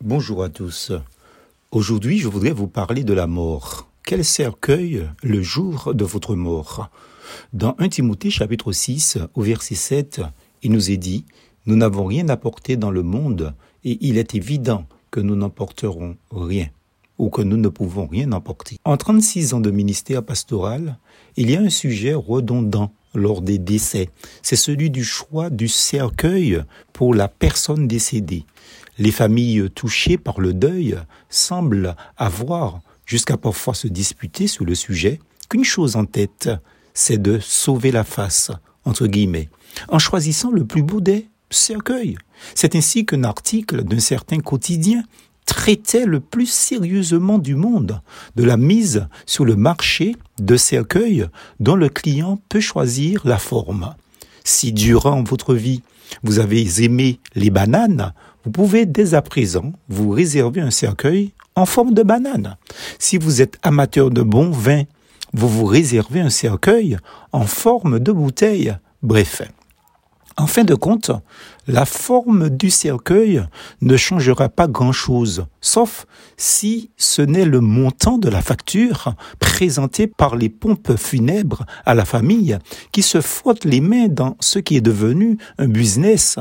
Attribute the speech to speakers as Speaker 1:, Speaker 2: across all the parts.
Speaker 1: Bonjour à tous. Aujourd'hui, je voudrais vous parler de la mort. Quel cercueil le jour de votre mort? Dans 1 Timothée chapitre 6, au verset 7, il nous est dit « Nous n'avons rien apporté dans le monde et il est évident que nous n'emporterons rien ou que nous ne pouvons rien emporter. » En 36 ans de ministère pastoral, il y a un sujet redondant lors des décès. C'est celui du choix du cercueil pour la personne décédée. Les familles touchées par le deuil semblent avoir, jusqu'à parfois se disputer sur le sujet, qu'une chose en tête, c'est de sauver la face, entre guillemets, en choisissant le plus beau des cercueils. C'est ainsi qu'un article d'un certain quotidien traitait le plus sérieusement du monde de la mise sur le marché de cercueils dont le client peut choisir la forme. Si durant votre vie, vous avez aimé les bananes, vous pouvez dès à présent vous réserver un cercueil en forme de banane. Si vous êtes amateur de bon vin, vous vous réservez un cercueil en forme de bouteille. Bref, en fin de compte, la forme du cercueil ne changera pas grand-chose, sauf si ce n'est le montant de la facture présentée par les pompes funèbres à la famille qui se frottent les mains dans ce qui est devenu un business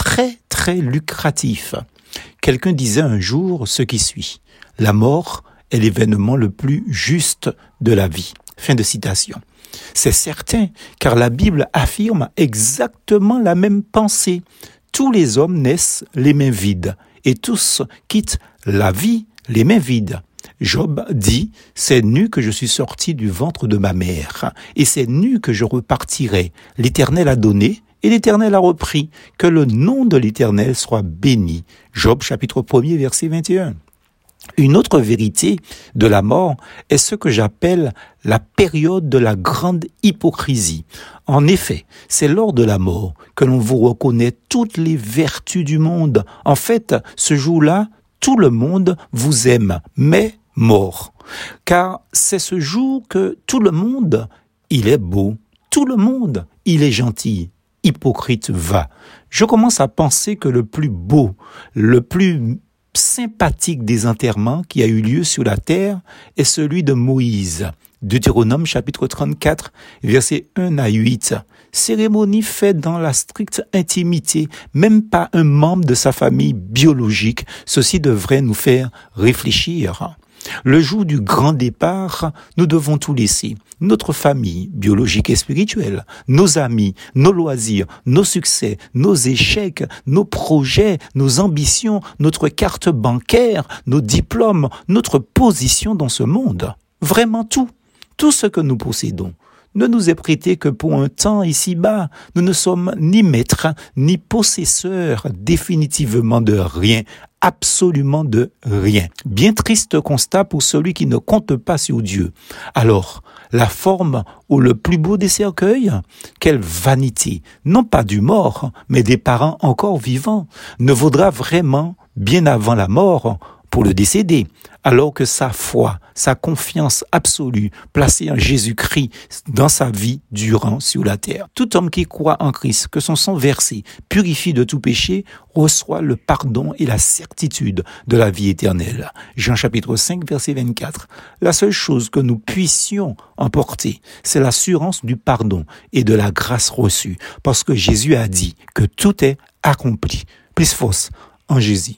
Speaker 1: très lucratif. Quelqu'un disait un jour ce qui suit. La mort est l'événement le plus juste de la vie. Fin de citation. C'est certain, car la Bible affirme exactement la même pensée. Tous les hommes naissent les mains vides, et tous quittent la vie les mains vides. Job dit, « C'est nu que je suis sorti du ventre de ma mère, et c'est nu que je repartirai. L'Éternel a donné, et l'Éternel a repris. Que le nom de l'Éternel soit béni. » Job chapitre 1er, verset 21. Une autre vérité de la mort est ce que j'appelle la période de la grande hypocrisie. En effet, c'est lors de la mort que l'on vous reconnaît toutes les vertus du monde. En fait, ce jour-là, tout le monde vous aime, mais mort. Car c'est ce jour que tout le monde, il est beau. Tout le monde, il est gentil. Hypocrite va. Je commence à penser que le plus beau, le plus sympathique des enterrements qui a eu lieu sur la terre est celui de Moïse. Deutéronome chapitre 34, versets 1 à 8. Cérémonie faite dans la stricte intimité, même pas un membre de sa famille biologique. Ceci devrait nous faire réfléchir. Le jour du grand départ, nous devons tout laisser. Notre famille, biologique et spirituelle, nos amis, nos loisirs, nos succès, nos échecs, nos projets, nos ambitions, notre carte bancaire, nos diplômes, notre position dans ce monde. Vraiment tout. Tout ce que nous possédons ne nous est prêté que pour un temps ici-bas. Nous ne sommes ni maîtres, ni possesseurs définitivement de rien, absolument de rien. Bien triste constat pour celui qui ne compte pas sur Dieu. Alors, la forme ou le plus beau des cercueils? Quelle vanité, non pas du mort, mais des parents encore vivants, ne vaudra vraiment bien avant la mort pour le décédé, alors que sa foi, sa confiance absolue placée en Jésus-Christ dans sa vie durant sur la terre. Tout homme qui croit en Christ, que son sang versé purifie de tout péché, reçoit le pardon et la certitude de la vie éternelle. Jean chapitre 5, verset 24. La seule chose que nous puissions emporter, c'est l'assurance du pardon et de la grâce reçue, parce que Jésus a dit que tout est accompli. Plus force en Jésus.